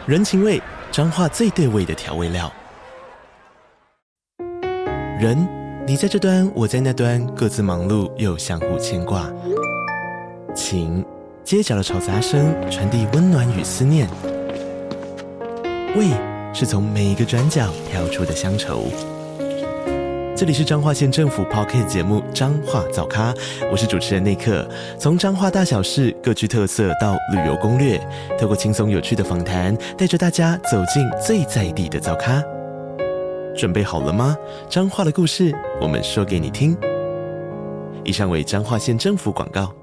人情味，彰化最对味的调味料。人，你在这端，我在那端，各自忙碌又相互牵挂。情，街角的吵杂声传递温暖与思念。味，是从每一个转角跳出的乡愁。这里是彰化县政府 Podcast 节目《彰化早咖》，我是主持人内克。从彰化大小事各具特色到旅游攻略，透过轻松有趣的访谈，带着大家走进最在地的早咖。准备好了吗？彰化的故事，我们说给你听。以上为彰化县政府广告。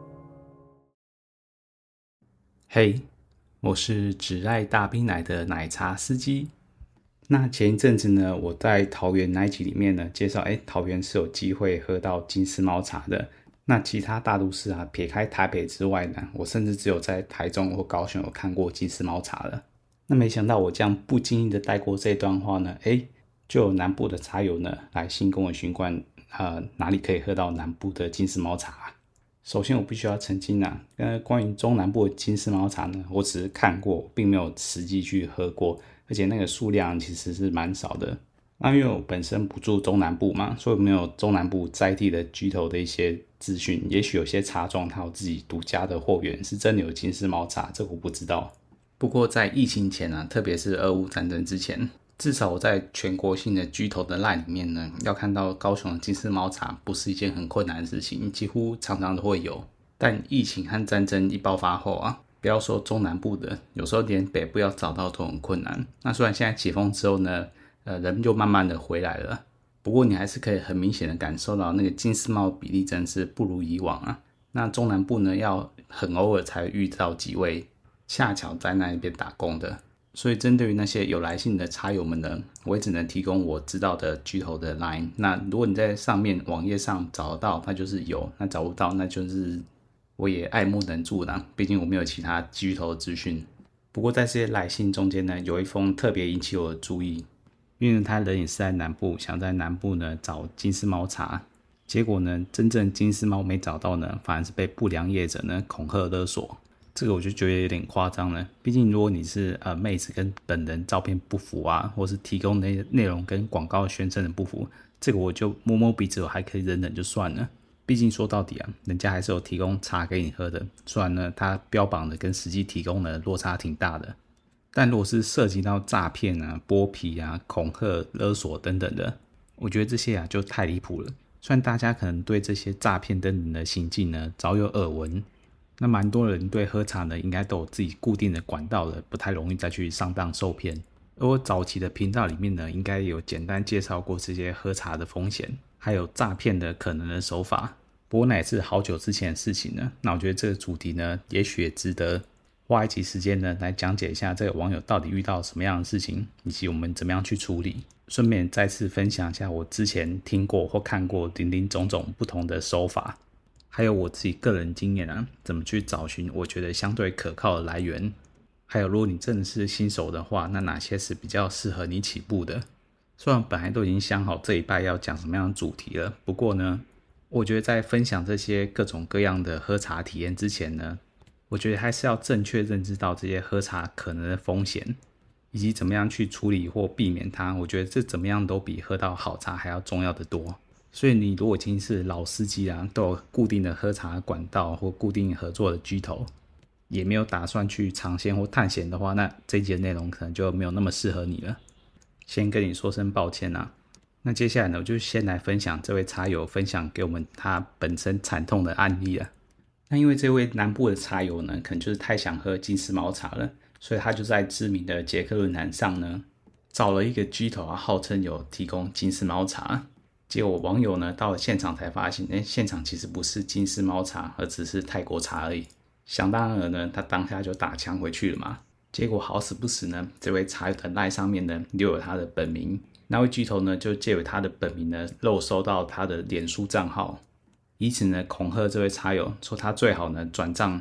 嘿，我是只爱大冰奶的奶茶司机。那前一阵子呢，我在桃园那一集里面呢，介绍桃园是有机会喝到金丝猫茶的。那其他大都市啊，撇开台北之外呢，我甚至只有在台中或高雄有看过金丝猫茶了。那没想到我这样不经意的带过这段话呢，就有南部的茶友呢来信跟我询问哪里可以喝到南部的金丝猫茶。首先我必须要澄清关于中南部的金丝猫茶呢，我只是看过，并没有实际去喝过，而且那个数量其实是蛮少的。那因为我本身不住中南部嘛，所以没有中南部在地的居头的一些资讯。也许有些茶庄它有自己独家的货源，是真的有金丝猫茶，这个我不知道。不过在疫情前特别是俄乌战争之前，至少我在全国性的居头的 LINE 里面呢，要看到高雄的金丝猫茶不是一件很困难的事情，几乎常常都会有。但疫情和战争一爆发后不要说中南部的，有时候连北部要找到都很困难。那虽然现在解封之后呢，人就慢慢的回来了，不过你还是可以很明显的感受到那个金丝猫比例真是不如以往那中南部呢，要很偶尔才遇到几位恰巧在那边打工的。所以针对于那些有来信的茶友们呢，我也只能提供我知道的居头的 LINE。 那如果你在上面网页上找得到，那就是有；那找不到，那就是我也爱莫能助啦，毕竟我没有其他居头的资讯。不过在这些来信中间呢，有一封特别引起我的注意，因为他人也是在南部，想在南部呢找金丝猫茶，结果呢真正金丝猫没找到呢，反而是被不良业者呢恐吓勒索。这个我就觉得有点夸张了，毕竟如果你是妹子跟本人照片不符或是提供的内容跟广告宣称的不符，这个我就摸摸鼻子我还可以忍忍就算了。毕竟说到底人家还是有提供茶给你喝的，虽然呢他标榜的跟实际提供的落差挺大的，但如果是涉及到诈骗剥皮恐吓勒索等等的，我觉得这些就太离谱了。虽然大家可能对这些诈骗等等的行径呢早有耳闻，那蛮多人对喝茶呢应该都有自己固定的管道了，不太容易再去上当受骗。而我早期的频道里面呢，应该有简单介绍过这些喝茶的风险，还有诈骗的可能的手法。不过那也是好久之前的事情了。那我觉得这个主题呢，也许也值得花一集时间呢来讲解一下这个网友到底遇到什么样的事情，以及我们怎么样去处理。顺便再次分享一下我之前听过或看过林林总总不同的手法，还有我自己个人经验怎么去找寻我觉得相对可靠的来源，还有如果你真的是新手的话，那哪些是比较适合你起步的。虽然本来都已经想好这一拜要讲什么样的主题了，不过呢，我觉得在分享这些各种各样的喝茶体验之前呢，我觉得还是要正确认知到这些喝茶可能的风险，以及怎么样去处理或避免它。我觉得这怎么样都比喝到好茶还要重要的多。所以你如果已经是老司机都有固定的喝茶管道或固定合作的居头，也没有打算去尝鲜或探险的话，那这一集的内容可能就没有那么适合你了，先跟你说声抱歉那接下来呢，我就先来分享这位茶友分享给我们他本身惨痛的案例了。那因为这位南部的茶友呢，可能就是太想喝金丝猫茶了，所以他就在知名的捷克论坛上呢，找了一个居头号称有提供金丝猫茶。结果网友呢到了现场才发现，现场其实不是金丝猫茶，而只是泰国茶而已。想当然呢，他当下就打枪回去了嘛。结果好死不死呢，这位茶友的 LINE 上面呢留有他的本名，那位居头呢就借由他的本名呢漏收到他的脸书账号，以此呢恐吓这位茶友，说他最好呢转账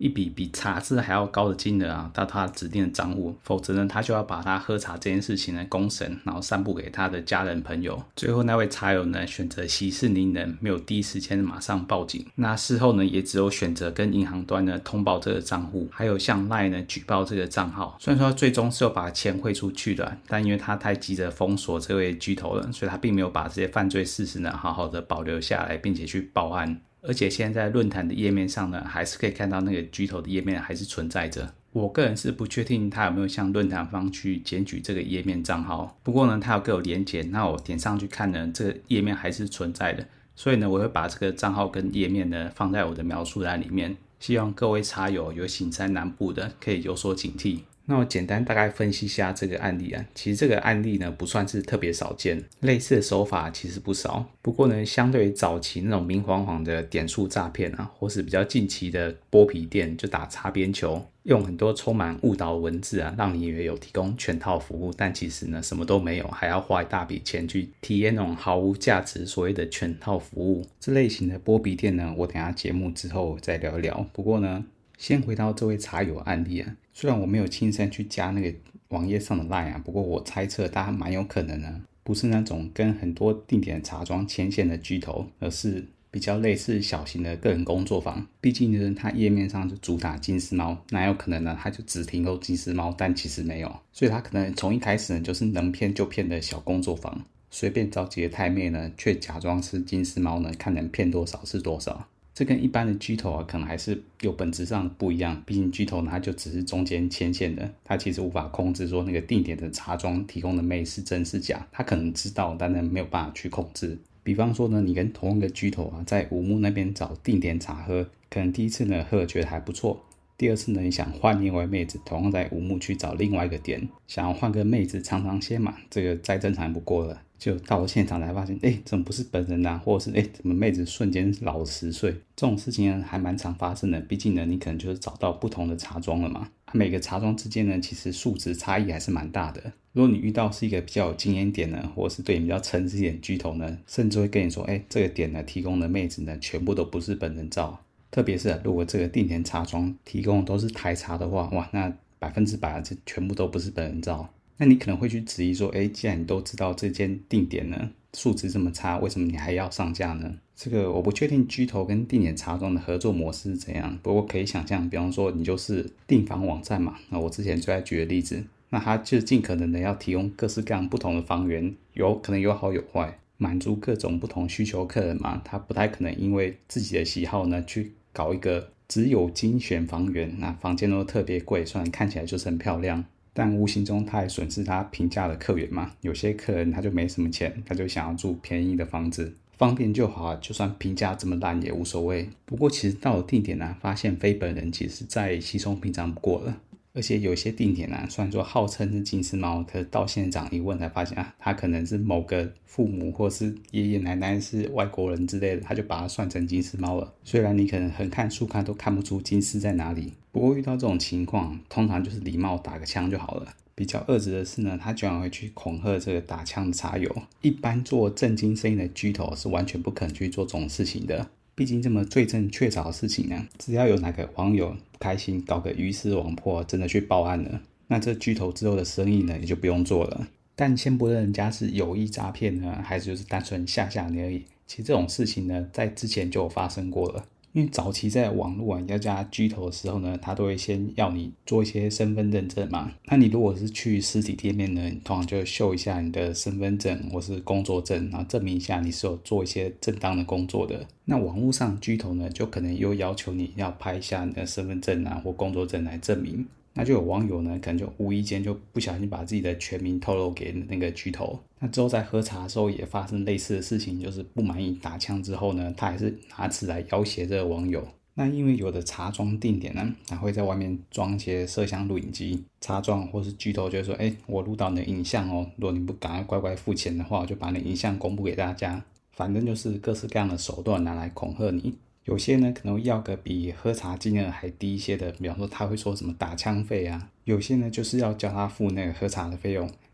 一笔比茶资还要高的金额啊到他指定的账户，否则呢他就要把他喝茶这件事情呢公审，然后散布给他的家人朋友。最后那位茶友呢选择息事宁人，没有第一时间马上报警。那事后呢也只有选择跟银行端呢通报这个账户，还有向 LINE 呢举报这个账号。虽然说他最终是有把钱汇出去的，但因为他太急着封锁这位居头了，所以他并没有把这些犯罪事实呢好好的保留下来，并且去报案。而且现在论坛的页面上呢，还是可以看到那个居头的页面还是存在着。我个人是不确定他有没有向论坛方去检举这个页面账号，不过呢，他有给我连结，那我点上去看呢，这个页面还是存在的。所以呢，我会把这个账号跟页面呢放在我的描述栏里面，希望各位茶友有行在南部的可以有所警惕。那我简单大概分析一下这个案例啊，其实这个案例呢不算是特别少见，类似的手法其实不少。不过呢，相对于早期那种明晃晃的点数诈骗啊，或是比较近期的剥皮店就打擦边球，用很多充满误导文字啊，让你以为有提供全套服务，但其实呢什么都没有，还要花一大笔钱去体验那种毫无价值所谓的全套服务。这类型的剥皮店呢，我等一下节目之后再聊一聊。不过呢，先回到这位茶友案例啊，虽然我没有亲身去加那个网页上的 LINE 啊，不过我猜测他蛮有可能呢，不是那种跟很多定点茶庄牵线的巨头，而是比较类似小型的个人工作坊。毕竟呢，它页面上就主打金丝猫，那有可能呢，它就只停留金丝猫，但其实没有，所以它可能从一开始呢，就是能骗就骗的小工作坊，随便找几个太妹呢，却假装是金丝猫呢，看能骗多少是多少。这跟一般的巨头啊，可能还是有本质上的不一样。毕竟巨头呢，它就只是中间牵线的，它其实无法控制说那个定点的茶庄提供的妹是真是假，它可能知道，但是没有办法去控制。比方说呢，你跟同一个巨头啊，在五木那边找定点茶喝，可能第一次呢喝了觉得还不错，第二次呢，你想换另外妹子，同样在五木去找另外一个点，想要换个妹子尝尝鲜嘛，这个再正常不过了。就到了现场才发现，怎么不是本人啊？或者是怎么妹子瞬间老了10岁？这种事情呢还蛮常发生的。毕竟呢，你可能就是找到不同的茶庄了嘛。每个茶庄之间呢，其实素质差异还是蛮大的。如果你遇到是一个比较有经验点呢，或者是对你比较诚实一点的巨头呢，甚至会跟你说，这个点呢提供的妹子呢，全部都不是本人照。特别是如果这个定点茶庄提供的都是台茶的话，哇，那100%这全部都不是本人照。那你可能会去质疑说，既然你都知道这间定点呢素质这么差，为什么你还要上架呢？这个我不确定巨头跟定点茶庄的合作模式是怎样，不过可以想象，比方说你就是订房网站嘛，那我之前最爱举的例子，那它就是尽可能的要提供各式各样不同的房源，有可能有好有坏，满足各种不同需求客人嘛，他不太可能因为自己的喜好呢去搞一个只有精选房源，那房间都特别贵，虽然看起来就是很漂亮，但无形中他也损失他平价的客源嘛。有些客人他就没什么钱，他就想要住便宜的房子，方便就好啊，就算评价这么烂也无所谓。不过其实到了定点啊，发现非本人其实再稀松平常不过了。而且有些定点啊，虽然说号称是金丝猫，可是到现场一问才发现啊，他可能是某个父母或是爷爷奶奶是外国人之类的，他就把它算成金丝猫了。虽然你可能横看竖看都看不出金丝在哪里，不过遇到这种情况，通常就是礼貌打个枪就好了。比较恶质的是呢，他居然会去恐吓这个打枪的茶友。一般做正经生意的巨头是完全不可能去做这种事情的。毕竟这么罪证确凿的事情呢，只要有哪个网友不开心，搞个鱼死网破，真的去报案了，那这巨头之后的生意呢也就不用做了。但先不论人家是有意诈骗呢，还是就是单纯吓吓你而已，其实这种事情呢在之前就有发生过了。因为早期在网络要加巨头的时候呢，他都会先要你做一些身份认证嘛。那你如果是去实体店面呢，你通常就秀一下你的身份证或是工作证，然后证明一下你是有做一些正当的工作的。那网络上巨头呢，就可能又要求你要拍一下你的身份证啊或工作证来证明。那就有网友呢，可能就无意间就不小心把自己的全名透露给那个巨头。那之后在喝茶的时候也发生类似的事情，就是不满意打枪之后呢，他还是拿此来要挟这个网友。那因为有的茶庄定点呢，还会在外面装一些摄像录影机，茶庄或是巨头就会说，我录到你的影像哦，如果你不赶快乖乖付钱的话，我就把你的影像公布给大家。反正就是各式各样的手段拿来恐吓你。有些呢可能会要个比喝茶金额还低一些的，比方说他会说什么打枪费啊，有些呢就是要叫他付那个喝茶的费用，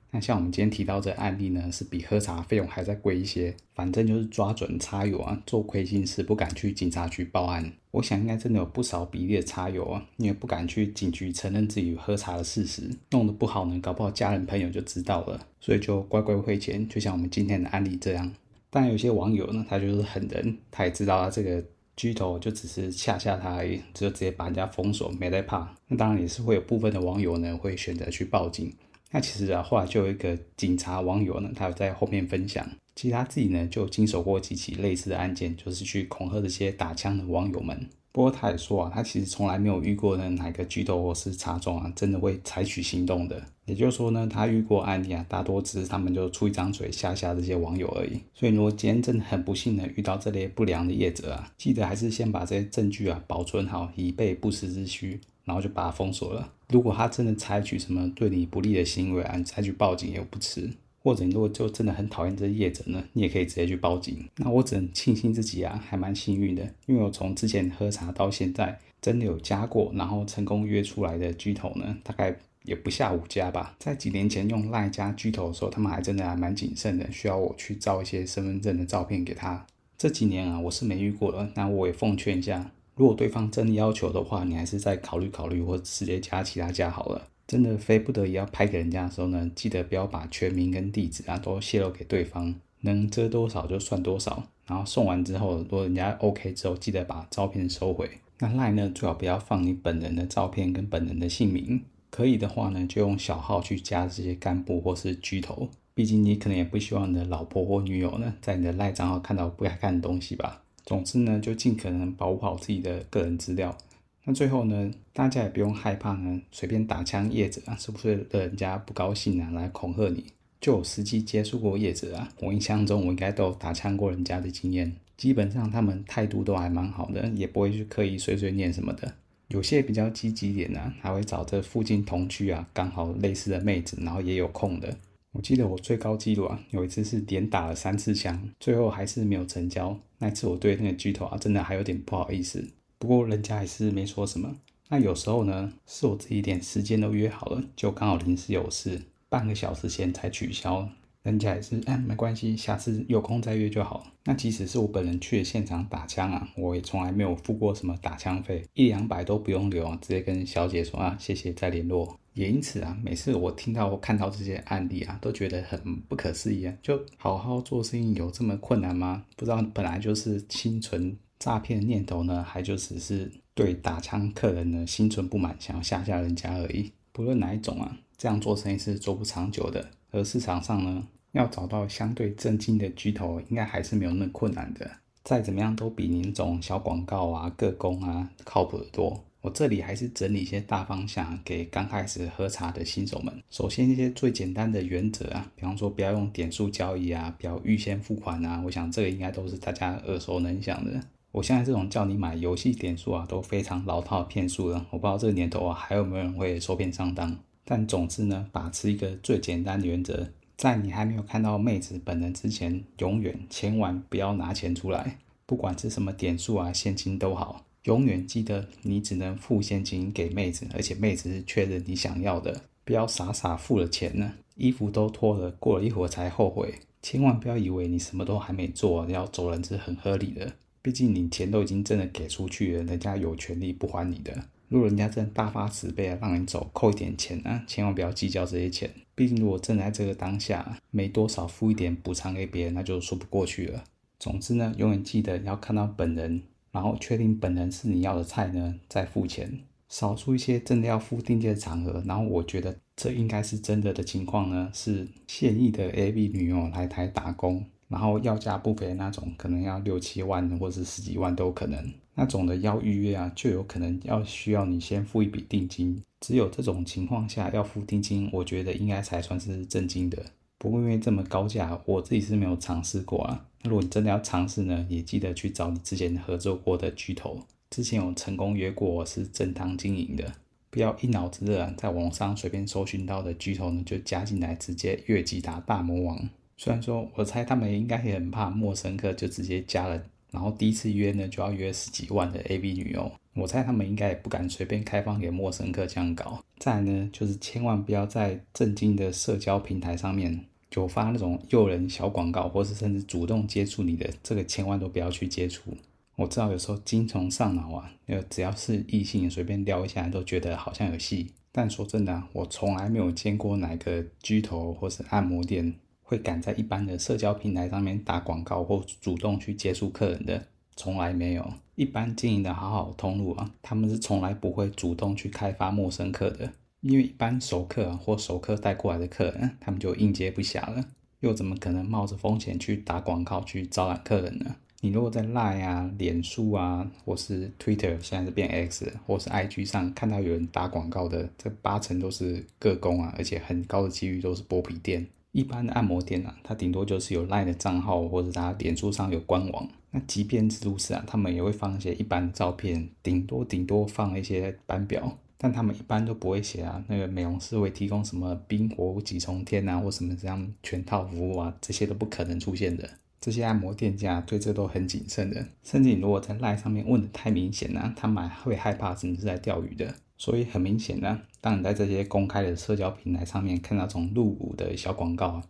那像我们今天提到这个案例呢，是比喝茶费用还再贵一些，反正就是抓准茶友啊做亏心事不敢去警察局报案。我想应该真的有不少比例的茶友啊，因为不敢去警局承认自己喝茶的事实，弄得不好呢，搞不好家人朋友就知道了，所以就乖乖汇钱，就像我们今天的案例这样。当然有些网友呢，他就是狠人，他也知道他这个居头就只是吓吓他而已，就直接把人家封锁，没在怕。那当然也是会有部分的网友呢会选择去报警。那其实啊，后来就有一个警察网友呢，他有在后面分享，其实他自己呢就经手过几起类似的案件，就是去恐吓这些打枪的网友们。不过他也说啊，他其实从来没有遇过呢哪个居头或是茶庄啊真的会采取行动的。也就是说呢，他遇过案例啊，大多只是他们就出一张嘴吓吓这些网友而已。所以如果今天真的很不幸的遇到这类不良的业者啊，记得还是先把这些证据啊保存好，以备不时之需，然后就把他封锁了。如果他真的采取什么对你不利的行为啊，你采取报警也不迟。或者你如果就真的很讨厌这些业者呢，你也可以直接去报警。那我只能庆幸自己啊还蛮幸运的，因为我从之前喝茶到现在真的有加过，然后成功约出来的居头呢，大概也不下5家吧。在几年前用LINE加居头的时候，他们还真的还蛮谨慎的，需要我去照一些身份证的照片给他。这几年啊我是没遇过的，那我也奉劝一下，如果对方真的要求的话，你还是再考虑考虑，或者直接加其他家好了。真的非不得已要拍给人家的时候呢，记得不要把全名跟地址啊都泄露给对方，能遮多少就算多少。然后送完之后，如果人家 OK 之后，记得把照片收回。那 LINE 呢，最好不要放你本人的照片跟本人的姓名，可以的话呢，就用小号去加这些干部或是居头。毕竟你可能也不希望你的老婆或女友呢，在你的 LINE 账号看到不该看的东西吧。总之呢，就尽可能保护好自己的个人资料。那最后呢，大家也不用害怕呢，随便打枪业者啊，是不是惹人家不高兴啊，来恐吓你？就有实际接触过业者啊，我印象中我应该都有打枪过人家的经验，基本上他们态度都还蛮好的，也不会去刻意碎碎念什么的。有些比较积极一点啊，还会找这附近同区啊，刚好类似的妹子，然后也有空的。我记得我最高纪录啊，有一次是连打了3次枪，最后还是没有成交。那次我对那个居头啊，真的还有点不好意思。不过人家还是没说什么。那有时候呢，是我自己连时间都约好了，就刚好临时有事，半个小时前才取消。人家也是没关系，下次有空再约就好。那即使是我本人去了现场打枪啊，我也从来没有付过什么打枪费，100-200都不用留啊，直接跟小姐说啊，谢谢再联络。也因此啊，每次我听到或看到这些案例啊，都觉得很不可思议啊，就好好做生意有这么困难吗？不知道本来就是心存诈骗的念头呢，还就只是对打枪客人呢心存不满，想要吓吓人家而已。不论哪一种啊，这样做生意是做不长久的。而市场上呢，要找到相对正经的居头，应该还是没有那么困难的。再怎么样都比你那种小广告啊、个工啊靠谱得多。我这里还是整理一些大方向给刚开始喝茶的新手们。首先一些最简单的原则啊，比方说不要用点数交易啊，不要预先付款啊，我想这个应该都是大家耳熟能详的。我现在这种叫你买游戏点数啊，都非常老套的骗术了。我不知道这个年头啊，还有没有人会受骗上当。但总之呢，把持一个最简单的原则，在你还没有看到妹子本人之前，永远千万不要拿钱出来，不管是什么点数啊、现金都好，永远记得你只能付现金给妹子，而且妹子是确认你想要的，不要傻傻付了钱呢，衣服都脱了，过了一会儿才后悔。千万不要以为你什么都还没做，要走人是很合理的。毕竟你钱都已经真的给出去了，人家有权利不还你的。如果人家真的大发慈悲啊，让你走，扣一点钱啊，千万不要计较这些钱。毕竟如果真的在这个当下没多少付一点补偿给别人，那就说不过去了。总之呢，永远记得要看到本人，然后确定本人是你要的菜呢，再付钱。少数一些真的要付定金的场合，然后我觉得这应该是真的情况呢，是现役的 AV 女友来台打工，然后要价不菲的那种，可能要6-7万或是10几万都有可能。那种的要预约啊，就有可能需要你先付一笔定金。只有这种情况下要付定金，我觉得应该才算是正经的。不过因为这么高价，我自己是没有尝试过啊。那如果你真的要尝试呢，也记得去找你之前合作过的巨头，之前有成功约过是正当经营的。不要一脑子热啊，在网上随便搜寻到的巨头呢，就加进来直接越级打大魔王。虽然说我猜他们应该也很怕陌生客就直接加了，然后第一次约呢就要约10几万的 AV 女优， 我猜他们应该也不敢随便开放给陌生客这样搞。再来呢，就是千万不要在正经的社交平台上面就发那种诱人小广告，或是甚至主动接触你的，这个千万都不要去接触。我知道有时候精虫上脑啊，只要是异性随便撩一下都觉得好像有戏。但说真的啊，我从来没有见过哪个居头或是按摩店会敢在一般的社交平台上面打广告或主动去接触客人的，从来没有。一般经营的好好通路啊，他们是从来不会主动去开发陌生客的，因为一般熟客啊或熟客带过来的客人，他们就应接不暇了，又怎么可能冒着风险去打广告去招揽客人呢？你如果在 LINE 啊、脸书啊，或是 Twitter 现在是变 X 或是 IG 上看到有人打广告的，这80%都是个工啊，而且很高的几率都是剥皮店。一般的按摩店啊，它顶多就是有 LINE 的账号，或者它脸书上有官网。那即便是如此啊，他们也会放一些一般的照片，顶多放一些班表，但他们一般都不会写啊，那个美容师会提供什么冰火几重天啊，或什么这样全套服务啊，这些都不可能出现的。这些按摩店家对这都很谨慎的，甚至你如果在 LINE 上面问的太明显啊，他们还会害怕你是在钓鱼的。所以很明显啊，当你在这些公开的社交平台上面看到这种入伍的小广告啊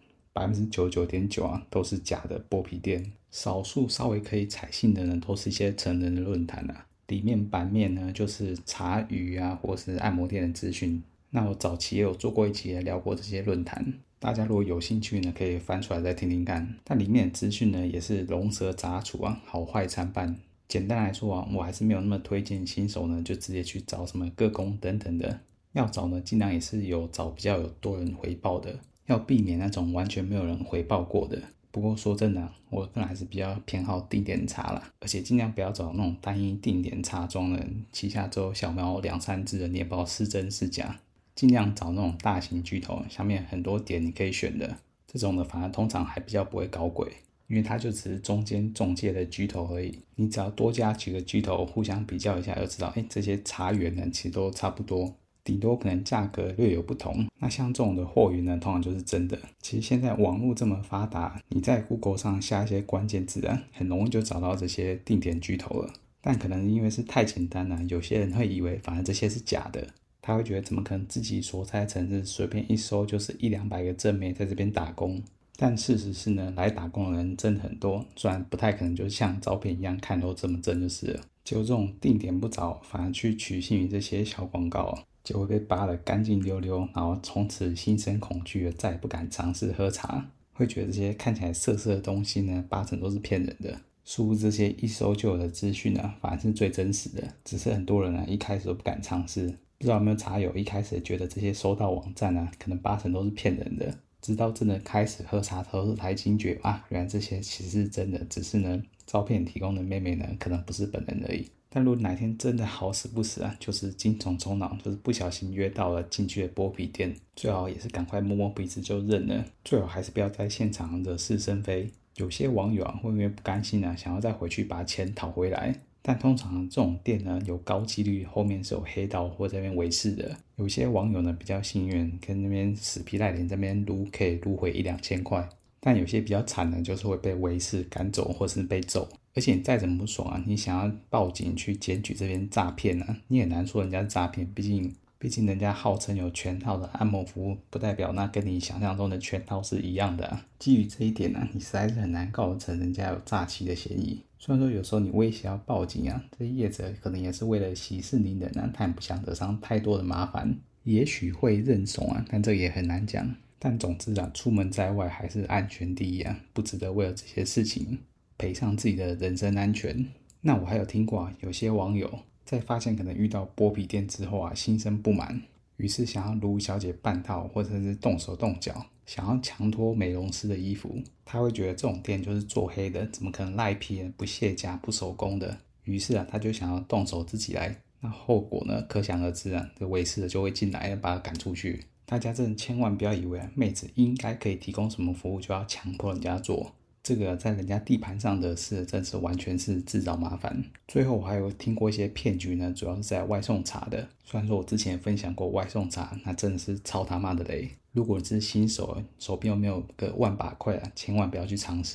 ，99.9% 啊都是假的剥皮店。少数稍微可以采信的呢，都是一些成人的论坛啊，里面版面呢就是茶余啊或是按摩店的资讯。那我早期也有做过一集聊过这些论坛，大家如果有兴趣呢，可以翻出来再听听看。但里面的资讯呢，也是龙蛇杂处啊，好坏参半。简单来说啊，我还是没有那么推荐新手呢，就直接去找什么个工等等的。要找呢，尽量也是找比较有多人回报的，要避免那种完全没有人回报过的。不过说真的啊，我个人还是比较偏好定点茶啦，而且尽量不要找那种单一定点茶庄的，旗下只有小猫2-3只的，你也不知道是真是假。尽量找那种大型巨头，下面很多点你可以选的，这种的反而通常还比较不会搞鬼，因为它就只是中间中介的巨头而已。你只要多加几个巨头互相比较一下，就知道这些茶园呢其实都差不多，顶多可能价格略有不同。那像这种的货源呢，通常就是真的。其实现在网络这么发达，你在 Google 上下一些关键字啊，很容易就找到这些定点巨头了。但可能因为是太简单了，有些人会以为反正这些是假的，他会觉得怎么可能自己所在城市随便一搜就是100-200个正妹在这边打工。但事实是呢，来打工的人真的很多，虽然不太可能就像照片一样看都这么正就是了。就这种定点不着，反而去取信于这些小广告啊，就会被扒得干净溜溜，然后从此心生恐惧，再也不敢尝试喝茶，会觉得这些看起来色色的东西呢，80%都是骗人的。殊不知这些一搜就有的资讯啊，反而是最真实的，只是很多人啊一开始都不敢尝试。不知道有没有茶友一开始觉得这些收到网站啊，可能80%都是骗人的，直到真的开始喝茶之后才惊觉啊，原来这些其实是真的，只是呢照片提供的妹妹呢可能不是本人而已。但如果哪天真的好死不死啊，就是精虫充脑，就是不小心约到了进去的剥皮店，最好也是赶快摸摸鼻子就认了，最好还是不要在现场惹是生非。有些网友啊会因为不甘心啊，想要再回去把钱讨回来。但通常这种店呢，有高几率后面是有黑道或在那边维持的。有些网友呢比较幸运，跟那边死皮赖脸在那边撸，可以撸回1-2千块。但有些比较惨的，就是会被维持赶走或是被揍。而且你再怎么不爽啊，你想要报警去检举这边诈骗啊，你也难说人家是诈骗，毕竟人家号称有全套的按摩服务，不代表那跟你想象中的全套是一样的啊。基于这一点啊，你实在是很难告成人家有诈欺的嫌疑。虽然说有时候你威胁要报警啊，这业者可能也是为了息事宁人啊，他也不想惹上太多的麻烦，也许会认怂啊，但这也很难讲。但总之啊，出门在外还是安全第一啊，不值得为了这些事情赔上自己的人身安全。那我还有听过啊，有些网友在发现可能遇到剥皮店之后啊，心生不满，于是想要卢小姐半套，或者是动手动脚，想要强脱美容师的衣服。他会觉得这种店就是做黑的，怎么可能赖皮不卸甲不手工的？于是啊，他就想要动手自己来。那后果呢，可想而知啊，这维持的就会进来把他赶出去。大家真的千万不要以为啊，妹子应该可以提供什么服务就要强迫人家做，这个在人家地盘上的事真是完全是自找麻烦。最后我还有听过一些骗局呢，主要是在外送茶的。虽然说我之前也分享过外送茶，那真的是超他妈的雷。如果你是新手，手边有没有个100把块啊，千万不要去尝试。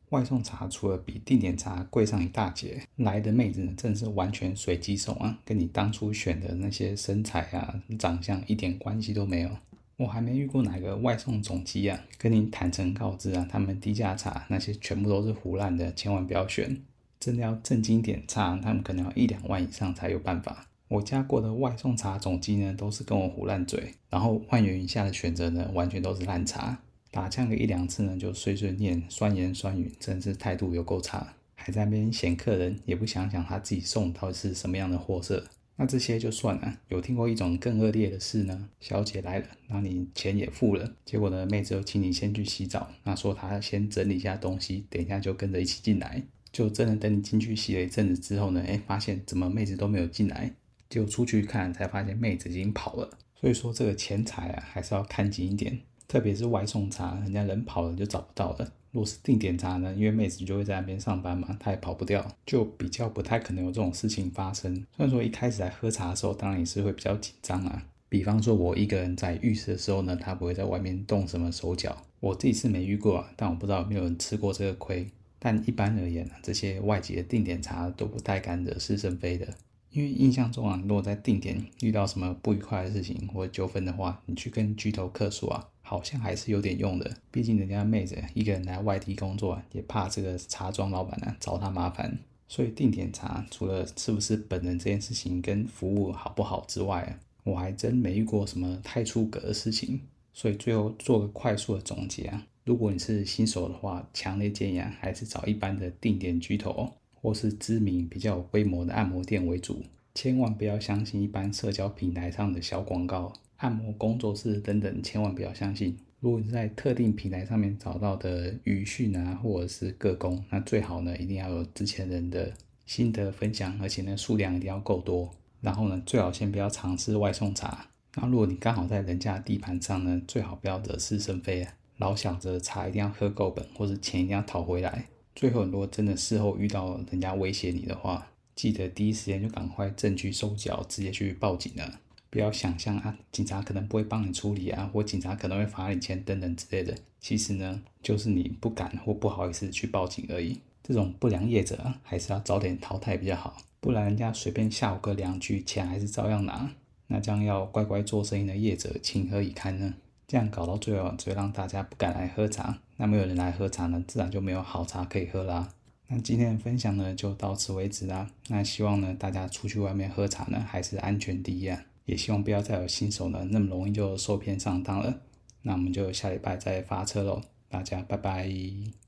外送茶除了比定点茶贵上一大截，来的妹子呢真的是完全随机送啊，跟你当初选的那些身材啊、长相一点关系都没有。我还没遇过哪个外送总机啊，跟你坦诚告知啊，他们低价茶那些全部都是唬烂的，千万不要选。真的要正经点茶，他们可能要1-2万以上才有办法。我加过的外送茶总机呢，都是跟我唬烂嘴，然后1万元以下的选择呢，完全都是烂茶。打枪个1-2次呢，就碎碎念、酸言酸语，真的是态度有够差，还在那边嫌客人，也不想想他自己送到底是什么样的货色。那这些就算了，有听过一种更恶劣的事呢？小姐来了，然后你钱也付了，结果呢，妹子又请你先去洗澡，那说她先整理一下东西，等一下就跟着一起进来。就真的等你进去洗了一阵子之后呢，发现怎么妹子都没有进来，结果出去看才发现妹子已经跑了。所以说这个钱财啊，还是要看紧一点。特别是外送茶，人家人跑了就找不到了。若是定点茶呢，因为妹子就会在那边上班嘛，她也跑不掉，就比较不太可能有这种事情发生。虽然说一开始来喝茶的时候，当然也是会比较紧张啊。比方说我一个人在浴室的时候呢，他不会在外面动什么手脚。我自己是没遇过啊，但我不知道有没有人吃过这个亏。但一般而言啊，这些外籍的定点茶都不太敢惹是生非的。因为印象中啊，如果在定点遇到什么不愉快的事情或者纠纷的话，你去跟居头客诉啊，好像还是有点用的。毕竟人家妹子一个人来外地工作啊，也怕这个茶庄老板啊找他麻烦。所以定点茶除了是不是本人这件事情跟服务好不好之外啊，我还真没遇过什么太出格的事情。所以最后做个快速的总结啊，如果你是新手的话，强烈建议啊，还是找一般的定点居头或是知名比较有规模的按摩店为主，千万不要相信一般社交平台上的小广告、按摩工作室等等，千万不要相信。如果你在特定平台上面找到的语讯啊，或者是个工，那最好呢一定要有之前人的心得分享，而且呢数量一定要够多。然后呢，最好先不要尝试外送茶。那如果你刚好在人家的地盘上呢，最好不要惹是生非啊，老想着茶一定要喝够本，或是钱一定要讨回来。最后，如果真的事后遇到人家威胁你的话，记得第一时间就赶快证据收缴，直接去报警了。不要想象啊，警察可能不会帮你处理啊，或警察可能会罚你钱等等之类的。其实呢，就是你不敢或不好意思去报警而已。这种不良业者啊，还是要早点淘汰比较好，不然人家随便吓唬个2句，钱还是照样拿。那这样要乖乖做生意的业者情何以堪呢？这样搞到最后，只会让大家不敢来喝茶。那没有人来喝茶呢，自然就没有好茶可以喝啦。那今天的分享呢，就到此为止啦。那希望呢，大家出去外面喝茶呢，还是安全第一啊。也希望不要再有新手呢，那么容易就受骗上当了。那我们就下礼拜再发车咯，大家拜拜。